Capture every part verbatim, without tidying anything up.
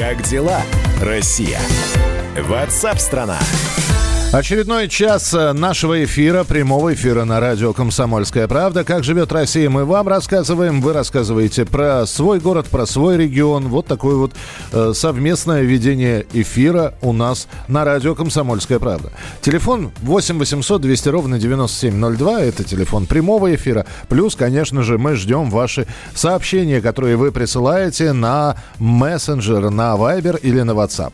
Как дела, Россия? WhatsApp-страна. Очередной час нашего эфира, прямого эфира на радио «Комсомольская правда». Как живет Россия, мы вам рассказываем. Вы рассказываете про свой город, про свой регион. Вот такое вот э, совместное ведение эфира у нас на радио «Комсомольская правда». Телефон восемь восемьсот двести ровно девяносто семь ноль два. Это телефон прямого эфира. Плюс, конечно же, мы ждем ваши сообщения, которые вы присылаете на мессенджер, на Viber или на WhatsApp.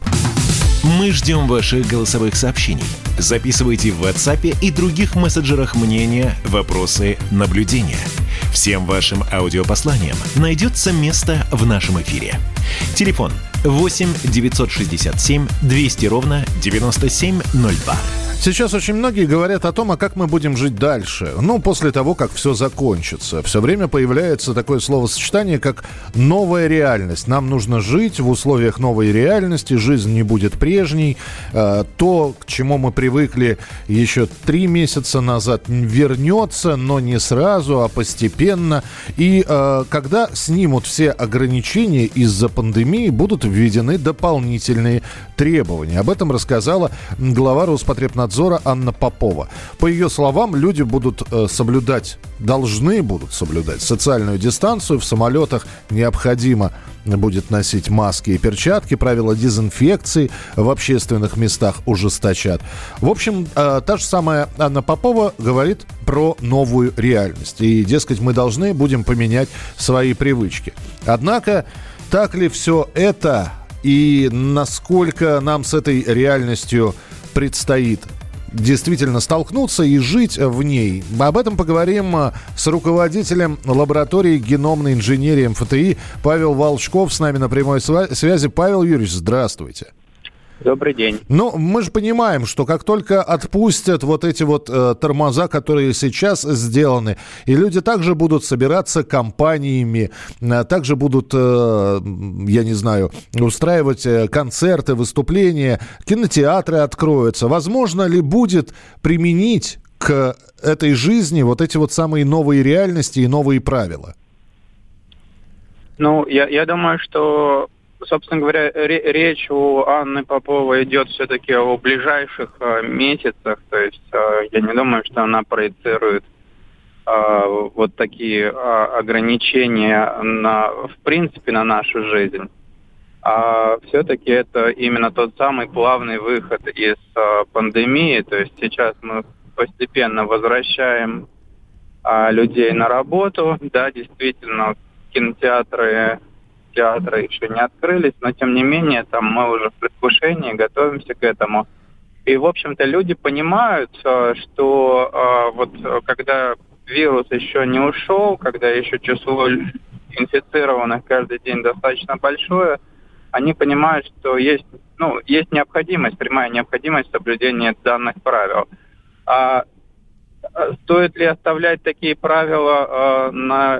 Мы ждем ваших голосовых сообщений. Записывайте в WhatsApp и других мессенджерах мнения, вопросы, наблюдения. Всем вашим аудиопосланиям найдется место в нашем эфире. Телефон восемь девятьсот шестьдесят семь двести ровно девяносто семь ноль два. Сейчас очень многие говорят о том, а как мы будем жить дальше. Ну, после того, как все закончится. Все время появляется такое словосочетание, как «новая реальность». Нам нужно жить в условиях новой реальности, жизнь не будет прежней. То, к чему мы привыкли еще три месяца назад, вернется, но не сразу, а постепенно. И когда снимут все ограничения из-за пандемии, будут введены дополнительные требования. Об этом рассказала глава Роспотребнадзора Анна Попова. По ее словам, люди будут э, соблюдать, должны будут соблюдать социальную дистанцию. В самолетах необходимо будет носить маски и перчатки. Правила дезинфекции в общественных местах ужесточат. В общем, э, та же самая Анна Попова говорит про новую реальность. И, дескать, мы должны будем поменять свои привычки. Однако, так ли все это и насколько нам с этой реальностью предстоит действительно столкнуться и жить в ней? Об этом поговорим с руководителем лаборатории геномной инженерии эм эф тэ и Павел Волчков с нами на прямой связи. Павел Юрьевич, здравствуйте. Добрый день. Ну, мы же понимаем, что как только отпустят вот эти вот э, тормоза, которые сейчас сделаны, и люди также будут собираться компаниями, э, также будут, э, я не знаю, устраивать э, концерты, выступления, кинотеатры откроются. Возможно ли будет применить к этой жизни вот эти вот самые новые реальности и новые правила? Ну, я, я думаю, что... Собственно говоря, речь у Анны Поповой идет все-таки о ближайших э, месяцах. То есть э, я не думаю, что она проецирует э, вот такие э, ограничения на, в принципе, на нашу жизнь. А все-таки это именно тот самый плавный выход из э, пандемии. То есть сейчас мы постепенно возвращаем э, людей на работу. Да, действительно, кинотеатры... театры еще не открылись, но тем не менее там мы уже в предвкушении, готовимся к этому. И, в общем-то, люди понимают, что вот когда вирус еще не ушел, когда еще число инфицированных каждый день достаточно большое, они понимают, что есть, ну, есть необходимость, прямая необходимость соблюдения данных правил. А стоит ли оставлять такие правила на...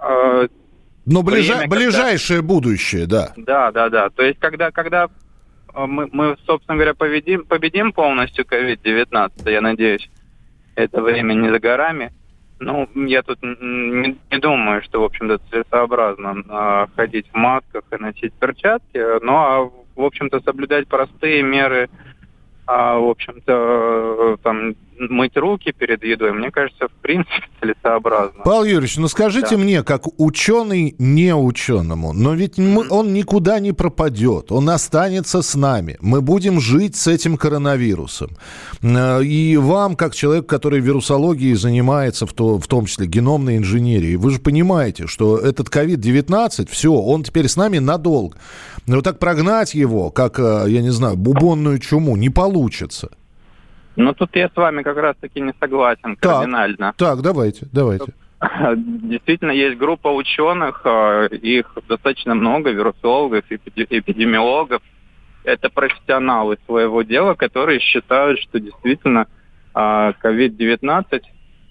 Но ближа... время, ближайшее когда... будущее, да. Да, да, да. То есть, когда, когда мы, мы, собственно говоря, победим, победим полностью ковид девятнадцать, я надеюсь, это время не за горами. Ну, я тут не, не думаю, что, в общем-то, целесообразно а, ходить в масках и носить перчатки. Ну, а, в общем-то, соблюдать простые меры, а, в общем-то, там... мыть руки перед едой, мне кажется, в принципе, целесообразно. Павел Юрьевич, ну скажите да. мне, как ученый не ученому, но ведь мы, он никуда не пропадет, он останется с нами. Мы будем жить с этим коронавирусом. И вам, как человек, который вирусологией занимается, в, то, в том числе геномной инженерией, вы же понимаете, что этот ковид девятнадцать, все, он теперь с нами надолго. Но вот так прогнать его, как, я не знаю, бубонную чуму, не получится. Ну, тут я с вами как раз-таки не согласен кардинально. Так, так давайте, давайте. Действительно, есть группа ученых, их достаточно много, вирусологов, эпидемиологов. Это профессионалы своего дела, которые считают, что действительно ковид девятнадцать,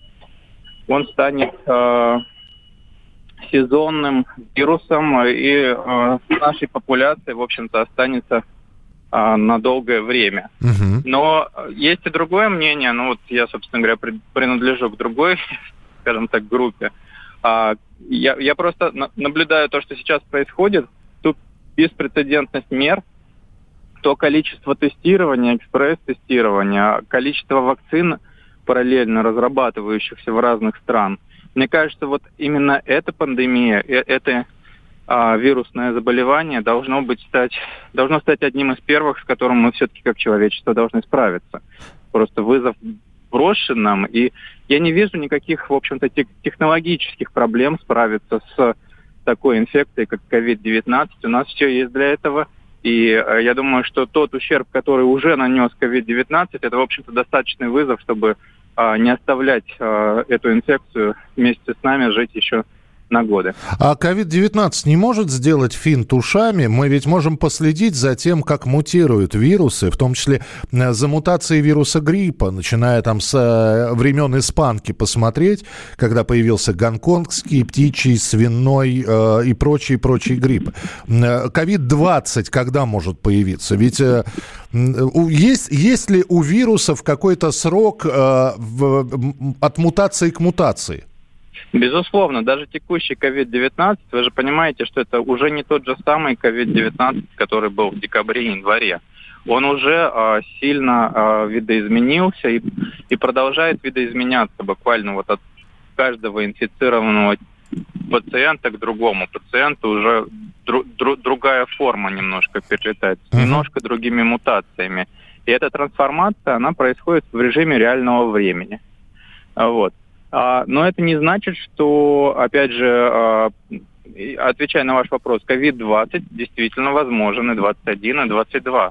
он станет сезонным вирусом, и нашей популяции, в общем-то, останется на долгое время. Uh-huh. Но есть и другое мнение, ну вот я, собственно говоря, принадлежу к другой, скажем так, группе. Я, я просто наблюдаю то, что сейчас происходит, ту беспрецедентность мер, то количество тестирования, экспресс-тестирования, количество вакцин, параллельно разрабатывающихся в разных странах. Мне кажется, вот именно эта пандемия, это а, вирусное заболевание должно быть стать, должно стать одним из первых, с которым мы все-таки как человечество должны справиться. Просто вызов брошен нам, и я не вижу никаких, в общем-то, тех, технологических проблем справиться с такой инфекцией, как ковид девятнадцать. У нас все есть для этого. И э, я думаю, что тот ущерб, который уже нанес ковид девятнадцать, это, в общем-то, достаточный вызов, чтобы э, не оставлять э, эту инфекцию вместе с нами жить еще на годы. А ковид девятнадцать не может сделать финт ушами? Мы ведь можем последить за тем, как мутируют вирусы, в том числе за мутацией вируса гриппа, начиная там с времен испанки посмотреть, когда появился гонконгский, птичий, свиной э, и прочие-прочие гриппы. ковид двадцать когда может появиться? Ведь э, есть, есть ли у вирусов какой-то срок э, в, от мутации к мутации? Безусловно, даже текущий ковид девятнадцать, вы же понимаете, что это уже не тот же самый ковид девятнадцать, который был в декабре и январе. Он уже э, сильно э, видоизменился и, и продолжает видоизменяться буквально вот от каждого инфицированного пациента к другому. Пациенту уже дру, дру, другая форма немножко перелетает, с немножко другими мутациями. И эта трансформация, она происходит в режиме реального времени. Вот. Но это не значит, что, опять же, отвечая на ваш вопрос, ковид двадцать действительно возможен, и двадцать один, и двадцать два.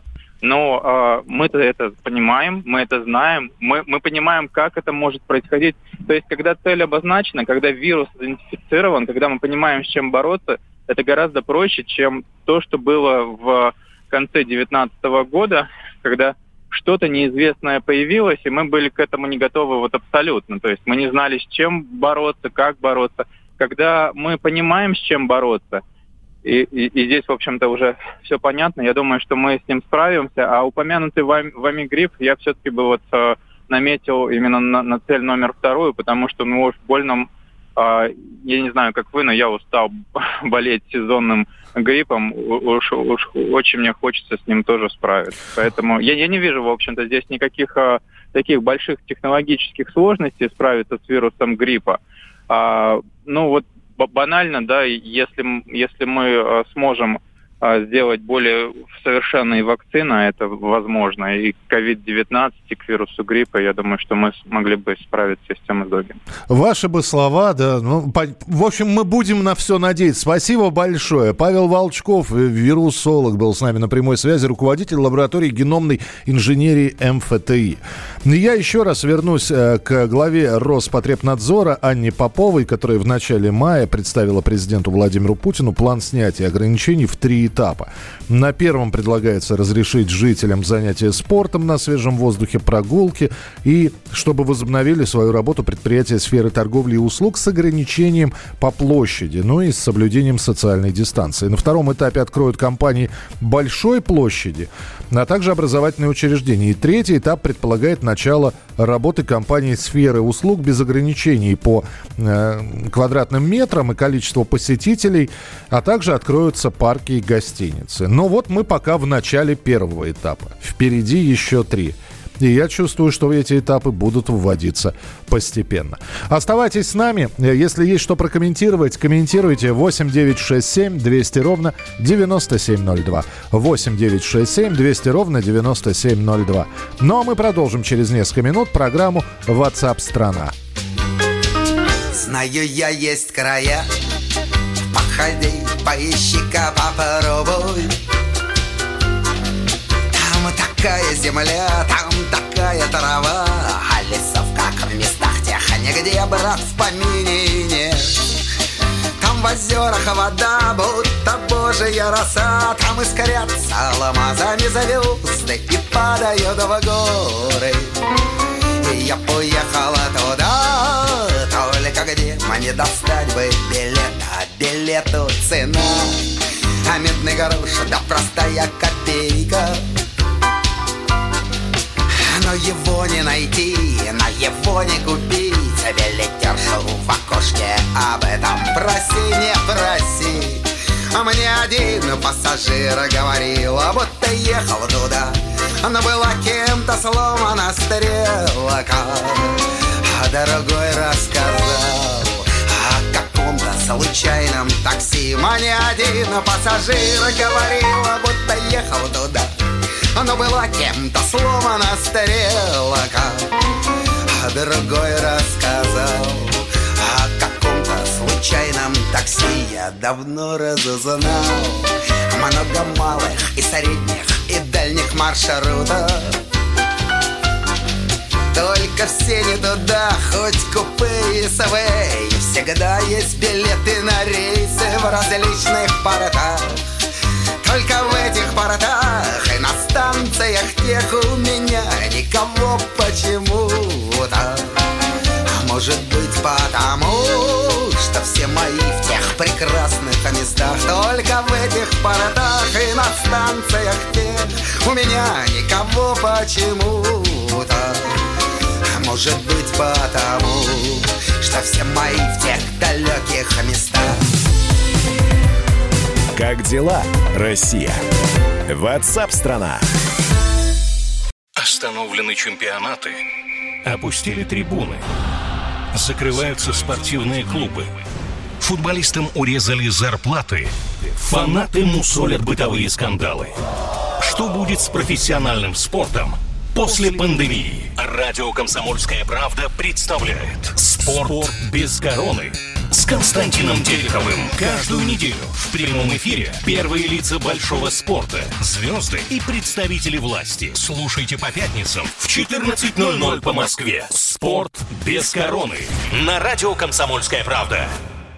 Но мы-то это понимаем, мы это знаем, мы, мы понимаем, как это может происходить. То есть, когда цель обозначена, когда вирус идентифицирован, когда мы понимаем, с чем бороться, это гораздо проще, чем то, что было в конце две тысячи девятнадцатого года, когда что-то неизвестное появилось, и мы были к этому не готовы вот абсолютно. То есть мы не знали, с чем бороться, как бороться. Когда мы понимаем, с чем бороться, и, и, и здесь, в общем-то, уже все понятно, я думаю, что мы с ним справимся. А упомянутый вами, вами грипп я все-таки бы вот э, наметил именно на, на цель номер вторую, потому что, ну, уж больно, э, я не знаю, как вы, но я устал болеть сезонным гриппом, уж, уж очень мне хочется с ним тоже справиться. Поэтому я, я не вижу, в общем-то, здесь никаких а, таких больших технологических сложностей справиться с вирусом гриппа. А, ну вот банально, да, если, если мы а, сможем а, сделать более совершенные вакцины, это возможно, и к ковид девятнадцать, и к вирусу гриппа, я думаю, что мы смогли бы справиться с тем итогом. Ваши бы слова, да. Ну, по, в общем, мы будем на все надеяться. Спасибо большое. Павел Волчков, вирусолог, был с нами на прямой связи, руководитель лаборатории геномной инженерии эм эф тэ и. Я еще раз вернусь к главе Роспотребнадзора Анне Поповой, которая в начале мая представила президенту Владимиру Путину план снятия ограничений в три этапа. На первом предлагается разрешить жителям занятия спортом на свежем воздухе, прогулки, и чтобы возобновили свою работу предприятия сферы торговли и услуг с ограничением по площади, ну и с соблюдением социальной дистанции. На втором этапе откроют компании большой площади, а также образовательные учреждения. И третий этап предполагает начало работы компаний сферы услуг без ограничений по э, квадратным метрам и количеству посетителей, а также откроются парки и гостиницы. Но вот мы пока в начале первого этапа. Впереди еще три. И я чувствую, что эти этапы будут вводиться постепенно. Оставайтесь с нами. Если есть что прокомментировать, комментируйте. восемь девятьсот шестьдесят семь двести ровно девяносто семь ноль два. восемь девятьсот шестьдесят семь двести ровно девяносто семь ноль два. Ну а мы продолжим через несколько минут программу WhatsApp страна. Знаю я есть края, походи, поищи-ка, попробуй. Там такая земля, там такая трава, а лесов, как в местах тех, нигде, брат, в помине нет. Там в озерах вода, будто божья роса, там искрятся алмазами звезды и падают в горы. И я поехала туда, только где мне достать бы билет, а билету цена, а медный грош, да простая копейка. Но его не найти, на его не купить, билетершу в окошке об этом проси, не проси. А мне один пассажир говорил, будто ехал туда, но была кем-то сломана стрелка. А другой рассказал о каком-то случайном такси. Мне один пассажир говорил, будто ехал туда, но была кем-то сломана стрелка. А другой рассказал о каком-то случайном такси. Я давно разузнал много малых и средних и дальних маршрутов. Только все не туда, хоть купе и сэвэй. Всегда есть билеты на рейсы в различных портах. Только в этих портах и на станциях тех у меня никого почему-то. А может быть потому, что все мои в тех прекрасных местах. Только в этих портах и на станциях тех у меня никого почему-то. А может быть потому, что все мои в тех далеких местах. Как дела, Россия? WhatsApp-страна. Остановлены чемпионаты. Опустили трибуны. Закрываются спортивные клубы. Футболистам урезали зарплаты. Фанаты мусолят бытовые скандалы. Что будет с профессиональным спортом после пандемии? Радио «Комсомольская правда» представляет «Спорт без короны» с Константином Тереховым. Каждую неделю в прямом эфире первые лица большого спорта, звезды и представители власти. Слушайте по пятницам в четырнадцать ноль ноль по Москве. «Спорт без короны» на радио «Комсомольская правда».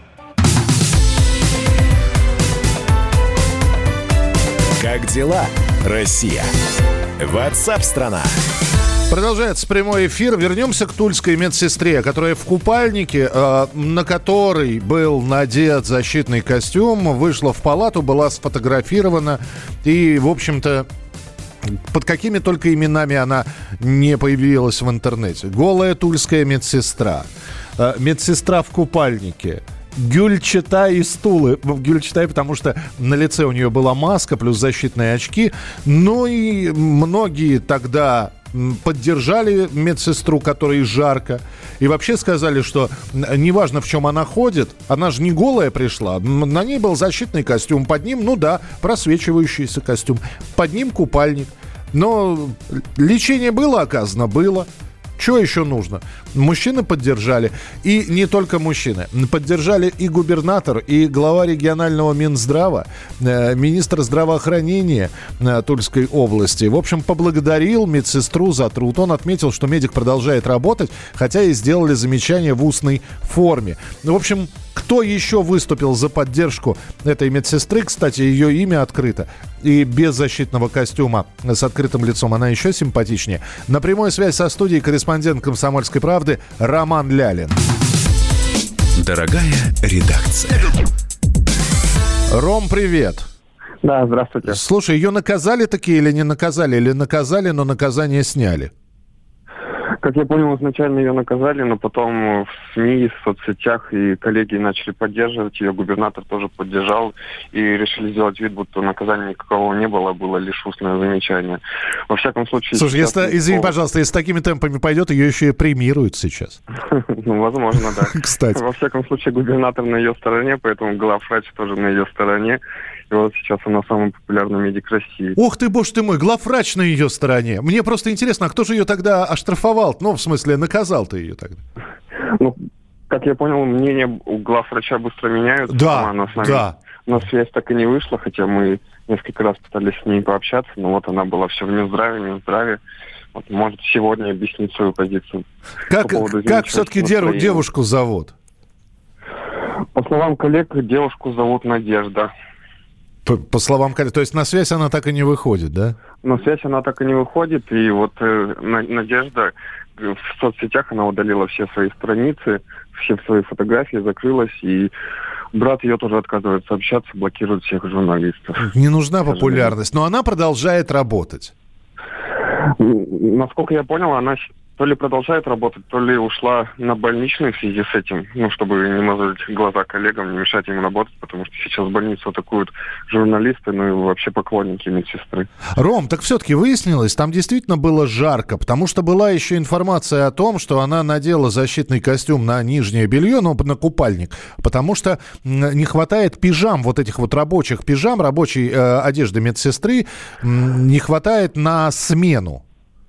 Как дела, Россия? WhatsApp-страна. Продолжается прямой эфир. Вернемся к тульской медсестре, которая в купальнике, э, на который был надет защитный костюм, вышла в палату, была сфотографирована. И, в общем-то, под какими только именами она не появилась в интернете. Голая тульская медсестра. Э, медсестра в купальнике. Гюльчатай из Тулы. Гюльчатай, потому что на лице у нее была маска плюс защитные очки. Ну и многие тогда поддержали медсестру, которой жарко. И вообще сказали, что неважно, в чем она ходит, она же не голая пришла. На ней был защитный костюм. Под ним, ну да, просвечивающийся костюм. Под ним купальник. Но лечение было оказано? Было. Что еще нужно? Мужчины поддержали. И не только мужчины. Поддержали и губернатор, и глава регионального Минздрава, э, министр здравоохранения э, Тульской области. В общем, поблагодарил медсестру за труд. Он отметил, что медик продолжает работать, хотя и сделали замечание в устной форме. В общем, кто еще выступил за поддержку этой медсестры? Кстати, ее имя открыто. И без защитного костюма с открытым лицом она еще симпатичнее. На прямой связь со студией корреспондент «Комсомольской правды» Роман Лялин. Дорогая редакция. Ром, привет. Да, здравствуйте. Слушай, ее наказали такие или не наказали? Или наказали, но наказание сняли? Как я понял, изначально ее наказали, но потом в СМИ, в соцсетях и коллеги начали поддерживать ее, губернатор тоже поддержал, и решили сделать вид, будто наказания никакого не было, было лишь устное замечание. Во всяком случае... Слушай, если, извини, пожалуйста, если с такими темпами пойдет, ее еще и премируют сейчас. Ну, возможно, да. Кстати. Во всяком случае, губернатор на ее стороне, поэтому главврач тоже на ее стороне. И вот сейчас она самый популярный медик России. Ух ты, боже ты мой, главврач на ее стороне. Мне просто интересно, а кто же ее тогда оштрафовал? Ну, в смысле, наказал-то ее тогда? Ну, как я понял, мнения у главврача быстро меняются. Да, она с нами да. на связь так и не вышла, хотя мы несколько раз пытались с ней пообщаться, но вот она была все в Минздраве, Минздраве. Вот, может, сегодня объяснить свою позицию. Как, по поводу как все-таки настроения. девушку зовут? По словам коллег, девушку зовут Надежда. По, по словам коллег, то есть на связь она так и не выходит, да? На связь она так и не выходит, и вот э, Надежда в соцсетях, она удалила все свои страницы, все свои фотографии, закрылась, и брат ее тоже отказывается общаться, блокирует всех журналистов. Не нужна популярность, но она продолжает работать. Насколько я понял, она то ли продолжает работать, то ли ушла на больничный в связи с этим, ну, чтобы не мозолить глаза коллегам, не мешать им работать, потому что сейчас в больницу атакуют журналисты, ну и вообще поклонники медсестры. Ром, так все-таки выяснилось, там действительно было жарко, потому что была еще информация о том, что она надела защитный костюм на нижнее белье, ну, на купальник, потому что не хватает пижам, вот этих вот рабочих пижам, рабочей э, одежды медсестры, не хватает на смену.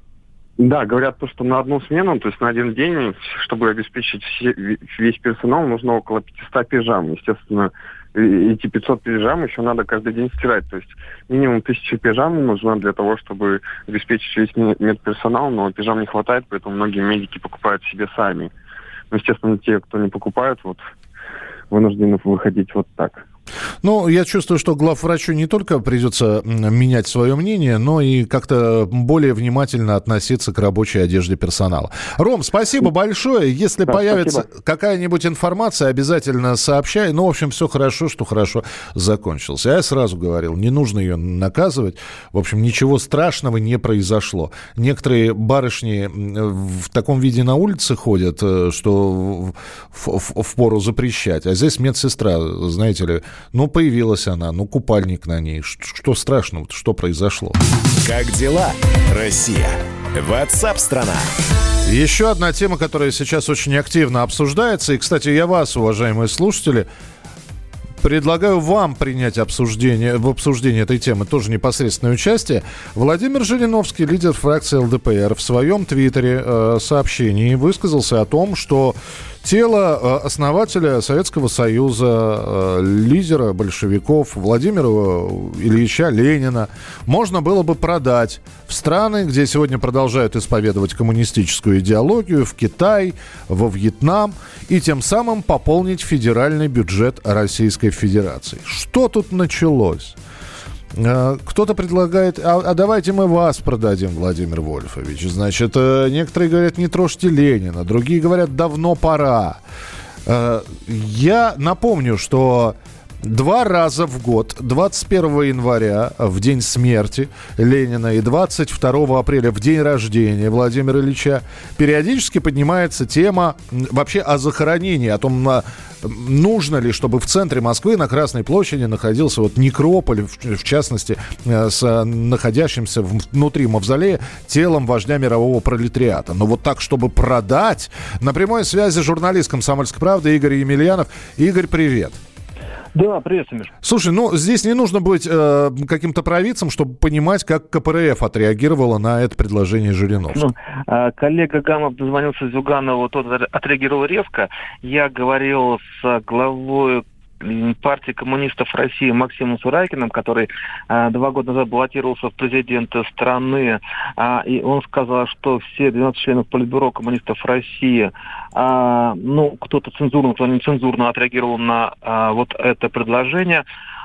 Да, говорят, то, что на одну смену, то есть на один день, чтобы обеспечить все, весь персонал, нужно около пятьсот пижам. Естественно, эти пятьсот пижам еще надо каждый день стирать. То есть минимум тысяча пижам нужно для того, чтобы обеспечить весь медперсонал, но пижам не хватает, поэтому многие медики покупают себе сами. Но, естественно, те, кто не покупают, вот вынуждены выходить вот так. Ну, я чувствую, что главврачу не только придется менять свое мнение, но и как-то более внимательно относиться к рабочей одежде персонала. Ром, спасибо большое. Если да, появится спасибо. какая-нибудь информация, обязательно сообщай. Ну, в общем, все хорошо, что хорошо закончилось. А я сразу говорил, не нужно ее наказывать. В общем, ничего страшного не произошло. Некоторые барышни в таком виде на улице ходят, что впору запрещать. А здесь медсестра, знаете ли, ну, появилась она, ну, купальник на ней. Что страшного? Что произошло? Как дела, Россия? Ватсап-страна! Еще одна тема, которая сейчас очень активно обсуждается. И, кстати, я вас, уважаемые слушатели, предлагаю вам принять обсуждение, в обсуждении этой темы тоже непосредственное участие. Владимир Жириновский, лидер фракции эл дэ пэ эр, в своем твиттере э, сообщении высказался о том, что тело э, основателя Советского Союза, э, лидера большевиков Владимира Ильича Ленина можно было бы продать в страны, где сегодня продолжают исповедовать коммунистическую идеологию, в Китай, во Вьетнам, и тем самым пополнить федеральный бюджет Российской Федерации. Что тут началось? Кто-то предлагает, а, а давайте мы вас продадим, Владимир Вольфович. Значит, некоторые говорят, не трожьте Ленина, другие говорят, давно пора. Я напомню, что два раза в год, двадцать первого января, в день смерти Ленина, и двадцать второго апреля, в день рождения Владимира Ильича, периодически поднимается тема вообще о захоронении, о том, нужно ли, чтобы в центре Москвы на Красной площади находился вот некрополь, в, в частности, с находящимся внутри мавзолея телом вождя мирового пролетариата. Но вот так, чтобы продать. На прямой связи журналист «Комсомольской правды» Игорь Емельянов. Игорь, привет. Да, привет, Миш. Слушай, ну здесь не нужно быть э, каким-то провидцем, чтобы понимать, как ка пэ эр эф отреагировала на это предложение Жириновского. Ну, э, коллега Гамов дозвонился Зюганову, тот отреагировал резко. Я говорил с главой партии коммунистов России Максимом Сурайкиным, который а, два года назад баллотировался в президенты страны, а, и он сказал, что все двенадцать членов Политбюро коммунистов России, а, ну, кто-то цензурно, кто-то нецензурно отреагировал на а, вот это предложение.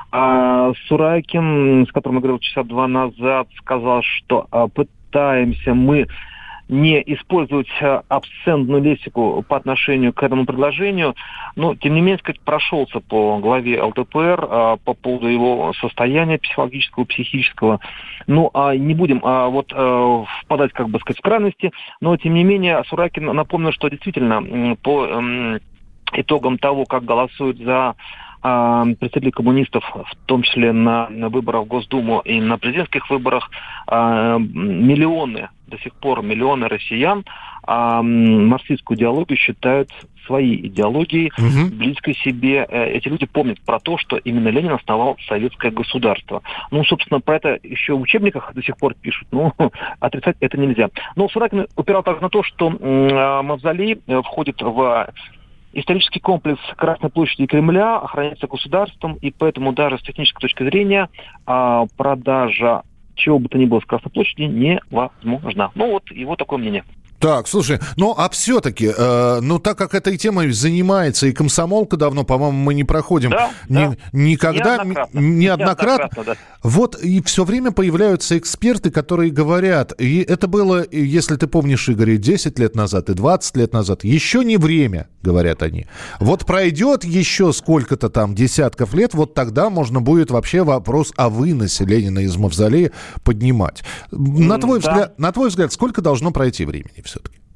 А Сурайкин, с которым я говорил часа два назад, сказал, что а, пытаемся мы не использовать обсценную лексику по отношению к этому предложению, но, тем не менее, сказать, прошелся по главе эл дэ пэ эр а, по поводу его состояния психологического, психического. Ну, а не будем а, вот а, впадать, как бы сказать, в крайности, но, тем не менее, Сурайкин напомнил, что действительно по м, итогам того, как голосуют за представители коммунистов, в том числе на, на выборах в Госдуму и на президентских выборах, а, миллионы, до сих пор миллионы россиян а, марксистскую идеологию считают своей идеологией, угу. близкой себе. Эти люди помнят про то, что именно Ленин основал советское государство. Ну, собственно, про это еще в учебниках до сих пор пишут, но отрицать это нельзя. Но Сурайкин упирал также на то, что м, мавзолей входит в исторический комплекс Красной площади и Кремля, охраняется государством, и поэтому даже с технической точки зрения а, продажа чего бы то ни было с Красной площади невозможна. Ну вот его такое мнение. Так, слушай, ну а все-таки, э, ну так как этой темой занимается и комсомолка давно, по-моему, мы не проходим да, ни, да. никогда, неоднократно, неоднократно, неоднократно да. Вот и все время появляются эксперты, которые говорят, и это было, если ты помнишь, Игорь, десять лет назад и двадцать лет назад, еще не время, говорят они. Вот пройдет еще сколько-то там десятков лет, вот тогда можно будет вообще вопрос о выносе Ленина из мавзолея поднимать. На твой, да. взгляд, на твой взгляд, сколько должно пройти времени все-таки?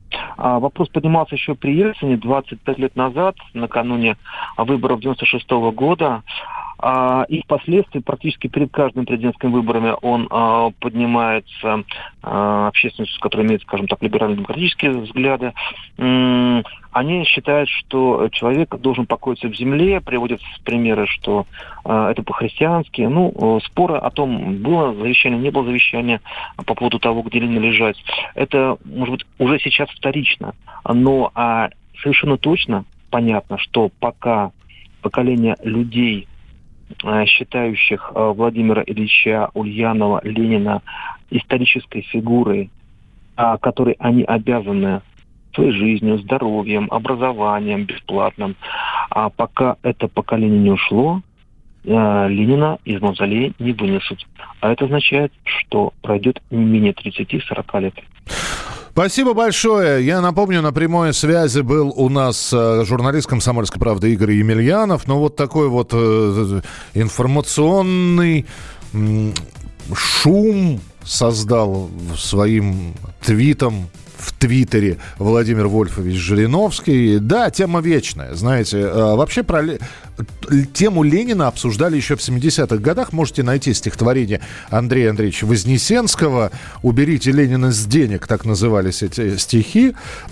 А вопрос поднимался еще при Ельцине двадцать пять лет назад, накануне выборов девяносто шестого года. А, и впоследствии практически перед каждыми президентскими выборами он а, поднимается а, общественностью, которая имеет, скажем так, либерально-демократические взгляды. М- они считают, что человек должен покоиться в земле, приводят примеры, что а, это по-христиански. Ну, споры о том, было завещание, не было завещания по поводу того, где Ленин лежать. Это, может быть, уже сейчас вторично. Но а, совершенно точно понятно, что пока поколение людей, считающих Владимира Ильича Ульянова, Ленина исторической фигурой, которой они обязаны своей жизнью, здоровьем, образованием бесплатным. А пока это поколение не ушло, Ленина из мавзолея не вынесут. А это означает, что пройдет не менее тридцать-сорок лет. Спасибо большое. Я напомню, на прямой связи был у нас журналист «Комсомольской правды» Игорь Емельянов. Ну, вот такой вот э, информационный э, шум создал своим твитом в Твиттере Владимир Вольфович Жириновский. Да, тема вечная, знаете. Вообще про тему Ленина обсуждали еще в семидесятых годах. Можете найти стихотворение Андрея Андреевича Вознесенского «Уберите Ленина с денег», так назывались эти стихи.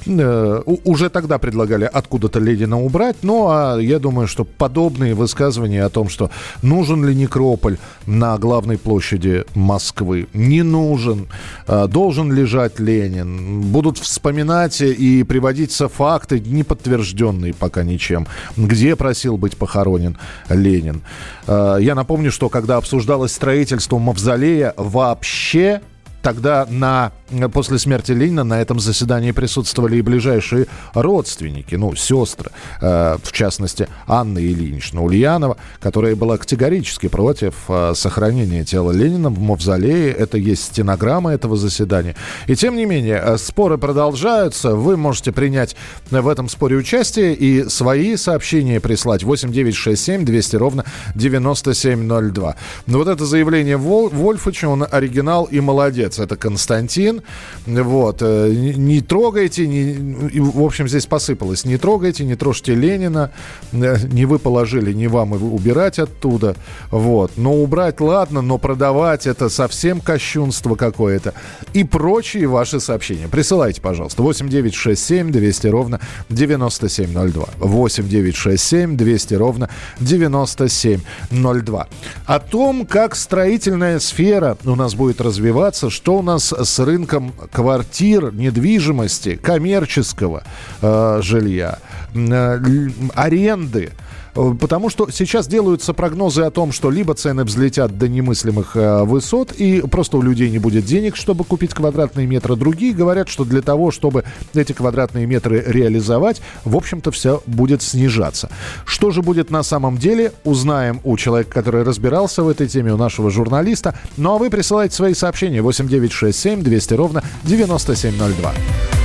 Уже тогда предлагали откуда-то Ленина убрать. Ну, а я думаю, что подобные высказывания о том, что нужен ли некрополь на главной площади Москвы, не нужен, должен лежать Ленин, будут вспоминать и приводиться факты, не подтвержденные пока ничем, где просил быть похоронен Ленин. Я напомню, что когда обсуждалось строительство мавзолея, вообще тогда на, после смерти Ленина на этом заседании присутствовали и ближайшие родственники, ну, сестры, э, в частности, Анна Ильинична Ульянова, которая была категорически против э, сохранения тела Ленина в мавзолее. Это есть стенограмма этого заседания. И тем не менее, э, споры продолжаются. Вы можете принять в этом споре участие и свои сообщения прислать. восемь девятьсот шестьдесят семь двести ровно девяносто семь ноль два. Но вот это заявление Вол- Вольфовича, он оригинал и молодец. Это Константин. Вот. Не трогайте, не... в общем, здесь посыпалось. Не трогайте, не трожьте Ленина. Не вы положили, не вам и убирать оттуда. Вот. Но убрать ладно, но продавать это совсем кощунство какое-то. И прочие ваши сообщения. Присылайте, пожалуйста. восемь девятьсот шестьдесят семь двести ровно девяносто семь ноль два. восемь девятьсот шестьдесят семь двести ровно девяносто семь ноль два. О том, как строительная сфера у нас будет развиваться, что у нас с рынком квартир, недвижимости, коммерческого э, жилья, э, аренды. Потому что сейчас делаются прогнозы о том, что либо цены взлетят до немыслимых э, высот, и просто у людей не будет денег, чтобы купить квадратные метры. Другие говорят, что для того, чтобы эти квадратные метры реализовать, в общем-то, все будет снижаться. Что же будет на самом деле, узнаем у человека, который разбирался в этой теме, у нашего журналиста. Ну а вы присылайте свои сообщения восемь девятьсот шестьдесят семь двести ровно девяносто семь ноль два.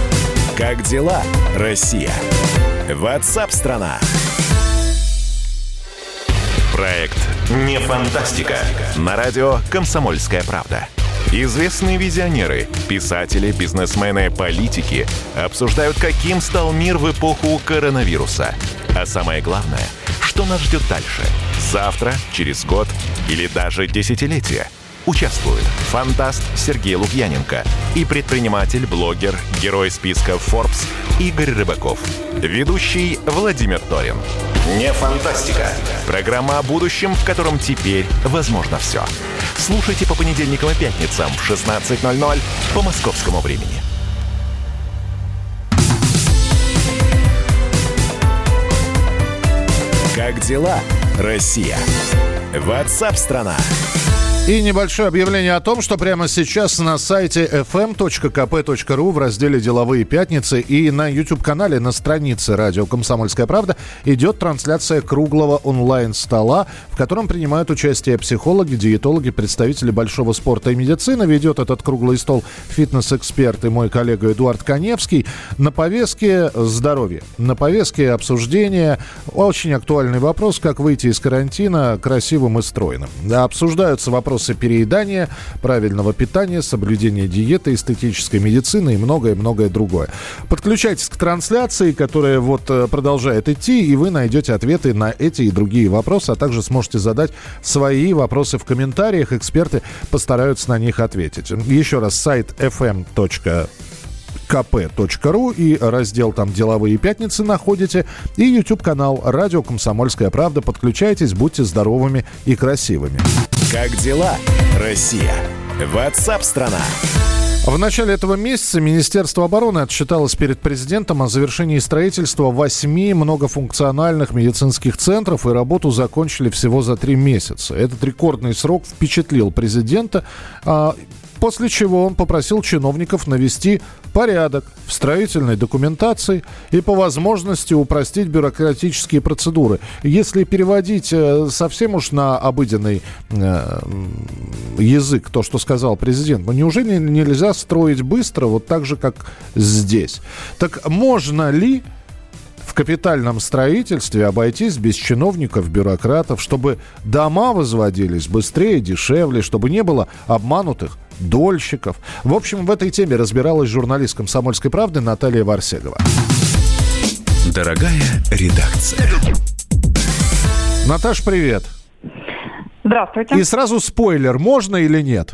Как дела, Россия? WhatsApp-страна. Проект «Не фантастика» на радио «Комсомольская правда». Известные визионеры, писатели, бизнесмены, политики обсуждают, каким стал мир в эпоху коронавируса. А самое главное, что нас ждет дальше? Завтра, через год или даже десятилетие? Участвуют фантаст Сергей Лукьяненко и предприниматель, блогер, герой списка Forbes Игорь Рыбаков. Ведущий Владимир Торин. Не фантастика. Программа о будущем, в котором теперь возможно все. Слушайте по понедельникам и пятницам в шестнадцать ноль ноль по московскому времени. Как дела, Россия? WhatsApp-страна. И небольшое объявление о том, что прямо сейчас на сайте эф эм точка ка пэ точка ру в разделе «Деловые пятницы» и на YouTube-канале на странице радио «Комсомольская правда» идет трансляция круглого онлайн-стола, в котором принимают участие психологи, диетологи, представители большого спорта и медицины. Ведет этот круглый стол фитнес-эксперт и мой коллега Эдуард Каневский. На повестке здоровье, на повестке обсуждения очень актуальный вопрос, как выйти из карантина красивым и стройным. Обсуждаются вопросы вопросы переедания, правильного питания, соблюдения диеты, эстетической медицины и многое-многое другое. Подключайтесь к трансляции, которая вот продолжает идти, и вы найдете ответы на эти и другие вопросы, а также сможете задать свои вопросы в комментариях. Эксперты постараются на них ответить. Еще раз, сайт эф эм точка ка пэ точка ру и раздел там «Деловые пятницы» находите, и YouTube-канал «Радио Комсомольская правда». Подключайтесь, будьте здоровыми и красивыми. Как дела, Россия? WhatsApp-страна. В начале этого месяца Министерство обороны отчиталось перед президентом о завершении строительства восьми многофункциональных медицинских центров, и работу закончили всего за три месяца. Этот рекордный срок впечатлил президента, после чего он попросил чиновников навести порядок в строительной документации и по возможности упростить бюрократические процедуры. Если переводить совсем уж на обыденный язык то, что сказал президент, ну неужели нельзя строить быстро, вот так же, как здесь? Так можно ли в капитальном строительстве обойтись без чиновников, бюрократов, чтобы дома возводились быстрее, дешевле, чтобы не было обманутых дольщиков? В общем, в этой теме разбиралась журналист «Комсомольской правды» Наталья Варсегова. Дорогая редакция. Наташ, привет. Здравствуйте. И сразу спойлер, можно или нет?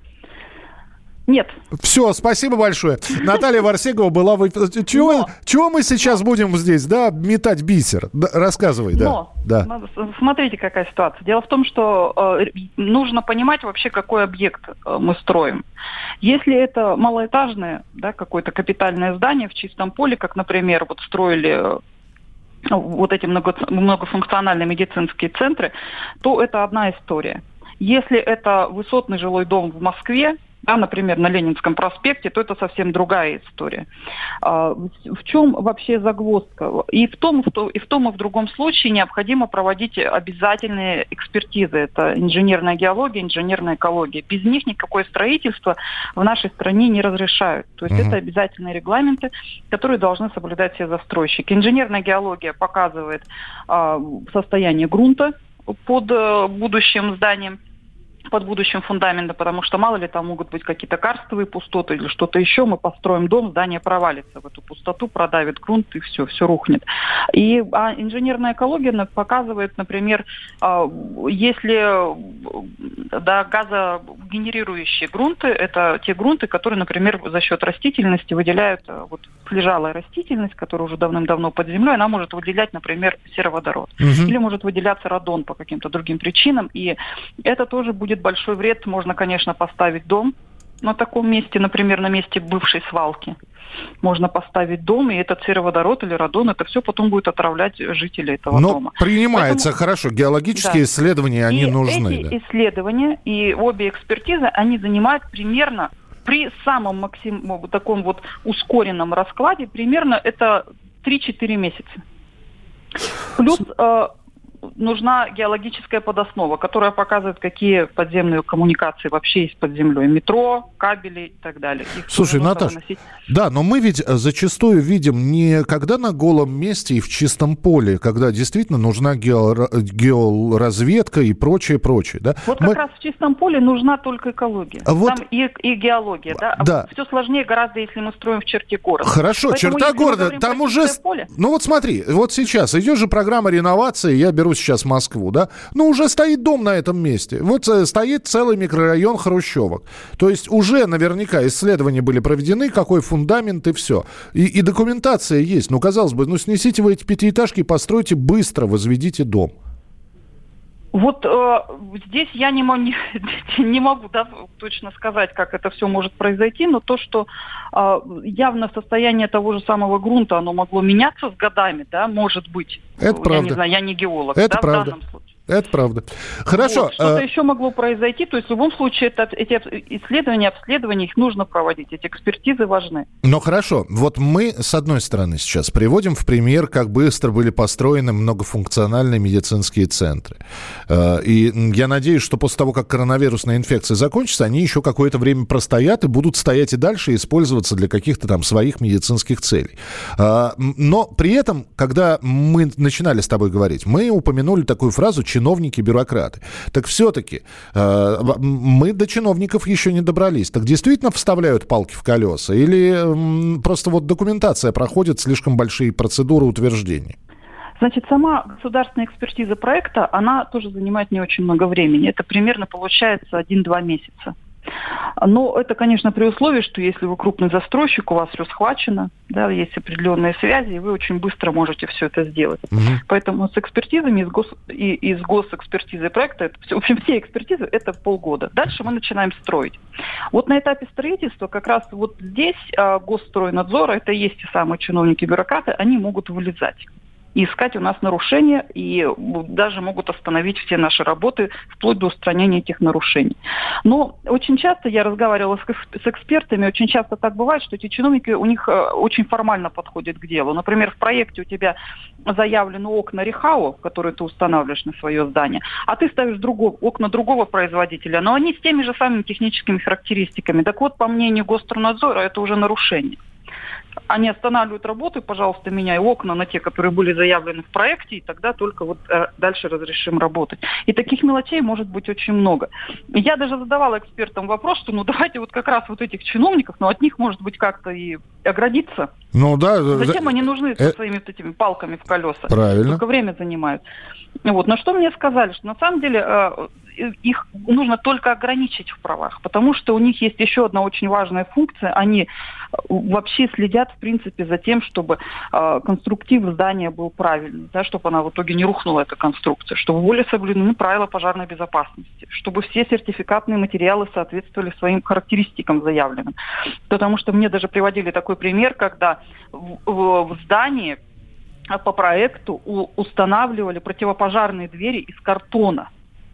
Нет. Все, спасибо большое. Наталья Варсегова была в... Чего, Но... чего мы сейчас будем здесь, да, метать бисер? Да, рассказывай, да. Но, да. Смотрите, какая ситуация. Дело в том, что э, нужно понимать вообще, какой объект э, мы строим. Если это малоэтажное, да, какое-то капитальное здание в чистом поле, как, например, вот строили... вот эти много, многофункциональные медицинские центры, то это одна история. Если это высотный жилой дом в Москве, да, например, на Ленинском проспекте, то это совсем другая история. А, в чем вообще загвоздка? И в том, и в том, и в другом случае необходимо проводить обязательные экспертизы. Это инженерная геология, инженерная экология. Без них никакое строительство в нашей стране не разрешают. То есть mm-hmm. это обязательные регламенты, которые должны соблюдать все застройщики. Инженерная геология показывает а, состояние грунта под а, будущим зданием, под будущим фундаментом, потому что мало ли там могут быть какие-то карстовые пустоты или что-то еще, мы построим дом, здание провалится в эту пустоту, продавит грунт и все, все рухнет. И а инженерная экология показывает, например, если да, газогенерирующие грунты, это те грунты, которые, например, за счет растительности выделяют, вот лежалая растительность, которая уже давным-давно под землей, она может выделять, например, сероводород. Угу. Или может выделяться радон по каким-то другим причинам, и это тоже будет большой вред. Можно, конечно, поставить дом на таком месте, например, на месте бывшей свалки. Можно поставить дом, и этот сероводород или радон, это все потом будет отравлять жителей этого Но дома. принимается, Поэтому... хорошо, геологические да. исследования, они и нужны. Эти да. исследования и обе экспертизы, они занимают примерно при самом максимум, таком вот ускоренном раскладе, примерно это три-четыре месяца. Плюс... Э, нужна геологическая подоснова, которая показывает, какие подземные коммуникации вообще есть под землей. Метро, кабели и так далее. Их Слушай, Наташ, выносить. Да, но мы ведь зачастую видим не когда на голом месте и в чистом поле, когда действительно нужна гео- георазведка и прочее, прочее. Да? Вот мы... как раз в чистом поле нужна только экология. Вот... Там и, и геология. Да? Да. Все сложнее гораздо, если мы строим в черте города. Хорошо, Поэтому, черта города, там уже... Поле... Ну вот смотри, вот сейчас идет же программа реновации, я беру сейчас Москву, да, но уже стоит дом на этом месте. Вот стоит целый микрорайон хрущевок. То есть уже наверняка исследования были проведены, какой фундамент и все. И, и документация есть. Ну, казалось бы, ну снесите вы эти пятиэтажки, постройте быстро, возведите дом. Вот э, здесь я не, мо- не, не могу да, точно сказать, как это все может произойти, но то, что э, явно состояние того же самого грунта, оно могло меняться с годами, да, может быть. Это я правда. не знаю, я не геолог, это да, правда. в данном случае. Это правда. Хорошо. Вот, что-то а... еще могло произойти. То есть в любом случае это, эти исследования, обследования, их нужно проводить. Эти экспертизы важны. Ну хорошо. Вот мы, с одной стороны, сейчас приводим в пример, как быстро были построены многофункциональные медицинские центры. И я надеюсь, что после того, как коронавирусная инфекция закончится, они еще какое-то время простоят и будут стоять и дальше и использоваться для каких-то там своих медицинских целей. Но при этом, когда мы начинали с тобой говорить, мы упомянули такую фразу чиновники, бюрократы. Так все-таки э, мы до чиновников еще не добрались. Так действительно вставляют палки в колеса? Или э, просто вот документация проходит, слишком большие процедуры утверждений? Значит, сама государственная экспертиза проекта, она тоже занимает не очень много времени. Это примерно получается один-два месяца. Но это, конечно, при условии, что если вы крупный застройщик, у вас все схвачено, да, есть определенные связи, и вы очень быстро можете все это сделать. Угу. Поэтому с экспертизами и с, гос, и, и с госэкспертизой проекта, это, в общем, все экспертизы это полгода. Дальше мы начинаем строить. Вот на этапе строительства как раз вот здесь а, Госстройнадзора, это и есть те самые чиновники-бюрократы, они могут вылезать и искать у нас нарушения, и даже могут остановить все наши работы вплоть до устранения этих нарушений. Но очень часто я разговаривала с экспертами, очень часто так бывает, что эти чиновники, у них очень формально подходят к делу. Например, в проекте у тебя заявлены окна Рехау, которые ты устанавливаешь на свое здание, а ты ставишь другого, окна другого производителя, но они с теми же самыми техническими характеристиками. Так вот, по мнению Госстройнадзора, это уже нарушение. Они останавливают работу, и, пожалуйста, меняй окна на те, которые были заявлены в проекте, и тогда только вот э, дальше разрешим работать. И таких мелочей может быть очень много. И я даже задавала экспертам вопрос, что ну давайте вот как раз вот этих чиновников, но от них, может быть, как-то и оградиться. Ну да. Зачем да, они нужны э... со своими вот этими палками в колеса? Правильно. Только время занимают. Вот. Но что мне сказали, что на самом деле э, их нужно только ограничить в правах, потому что у них есть еще одна очень важная функция. Они вообще следят, в принципе, за тем, чтобы э, конструктив здания был правильный, да, чтобы она в итоге не рухнула, эта конструкция, чтобы были соблюдены правила пожарной безопасности, чтобы все сертификатные материалы соответствовали своим характеристикам заявленным. Потому что мне даже приводили такой пример, когда в, в, в здании по проекту у, устанавливали противопожарные двери из картона.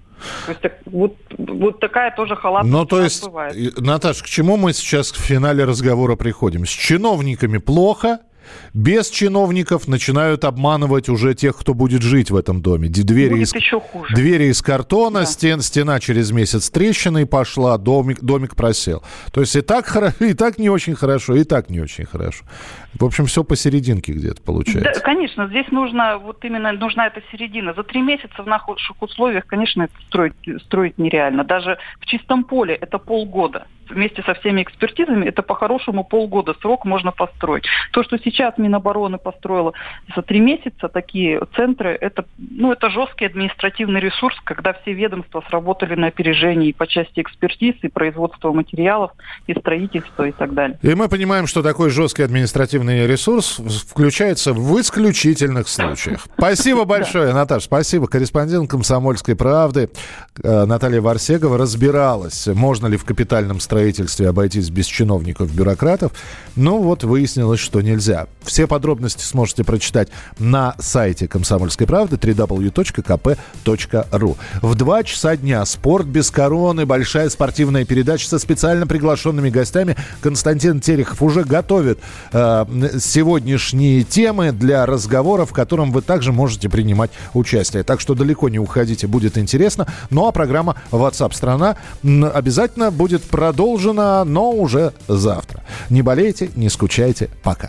То есть вот, вот такая тоже халатность. Ну, то есть, бывает. Наташа, к чему мы сейчас в финале разговора приходим? С чиновниками плохо, без чиновников начинают обманывать уже тех, кто будет жить в этом доме. Двери, будет из, еще хуже. Двери из картона, да. стен, стена через месяц трещиной пошла, домик, домик просел. То есть и так, и так не очень хорошо, и так не очень хорошо. В общем, все посерединке где-то получается. Да, конечно, здесь нужно, вот именно нужна эта середина. За три месяца в наших условиях, конечно, это строить, строить нереально. Даже в чистом поле это полгода. Вместе со всеми экспертизами это по-хорошему полгода срок можно построить. То, что сейчас Минобороны построила за три месяца такие центры, это, ну, это жесткий административный ресурс, когда все ведомства сработали на опережении по части экспертиз и производства материалов, и строительства и так далее. И мы понимаем, что такой жесткий административный ресурс включается в исключительных случаях. Спасибо большое, Наташа, спасибо. Корреспондент «Комсомольской правды» Наталья Варсегова разбиралась, можно ли в капитальном строительстве обойтись без чиновников, бюрократов. Ну вот выяснилось, что нельзя. Все подробности сможете прочитать на сайте «Комсомольской правды» дабл ю дабл ю дабл ю точка ка пэ точка ру. В два часа дня «Спорт без короны», большая спортивная передача со специально приглашенными гостями. Константин Терехов уже готовит э, сегодняшние темы для разговора, в котором вы также можете принимать участие. Так что далеко не уходите, будет интересно. Ну а программа WhatsApp страна обязательно будет продолжена, но уже завтра. Не болейте, не скучайте. Пока.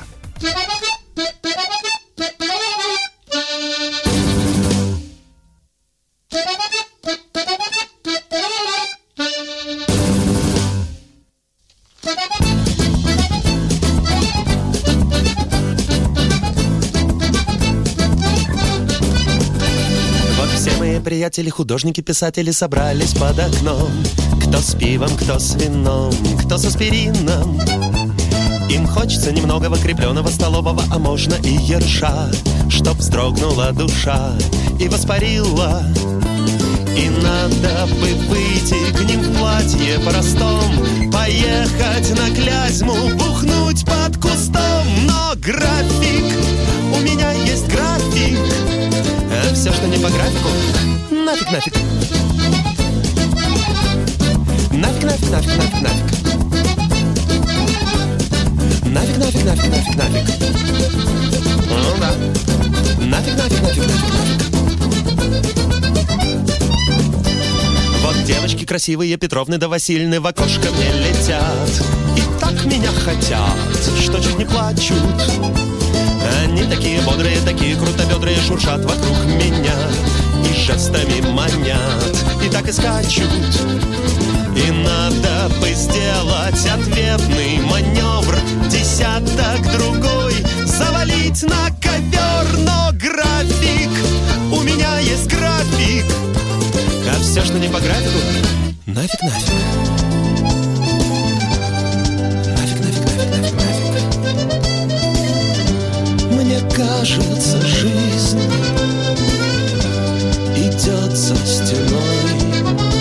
Приятели, художники, писатели собрались под окном. Кто с пивом, кто с вином, кто с аспирином. Им хочется немного крепленого столового, а можно и ерша, чтоб вздрогнула душа и воспарила. И надо бы выйти к ним в платье простом, поехать на Клязьму, бухнуть под кустом. Но график, у меня есть график, а все, что не по графику, нафиг, нафиг. Нафиг, нафиг, нафиг, нафиг, нафиг. Нафиг, нафиг, нафиг, нафиг, нафиг. Ну да. Нафиг, нафиг, нафиг, нафиг, нафиг. Вот девочки красивые, Петровны да Васильны в окошко мне летят. И так меня хотят, что чуть не плачут. Они такие бодрые, такие крутобедрые, шуршат вокруг меня. и жестами манят, и так и скачут. И надо бы сделать ответный маневр, десяток другой завалить на ковер. Но график, у меня есть график, а все, что не по графику, нафиг, нафиг. Нафиг, нафиг, нафиг, нафиг, нафиг. Мне кажется, жизнь идет за стеной,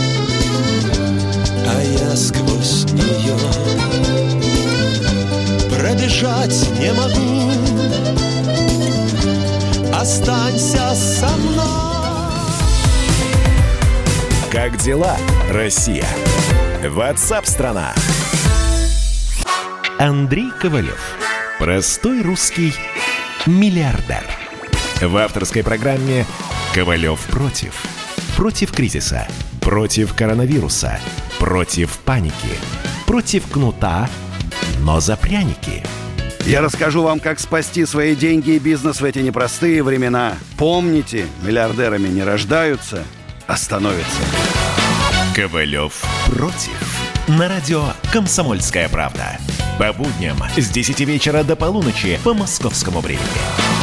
а я сквозь нее пробежать не могу. Останься со мной. Как дела, Россия? Ватсап-страна! Андрей Ковалев. Простой русский миллиардер. В авторской программе «Ковалев против». Против кризиса, против коронавируса, против паники, против кнута, но за пряники. Я расскажу вам, как спасти свои деньги и бизнес в эти непростые времена. Помните, миллиардерами не рождаются, а становятся. Ковалев против. На радио «Комсомольская правда». По будням с десяти вечера до полуночи по московскому времени.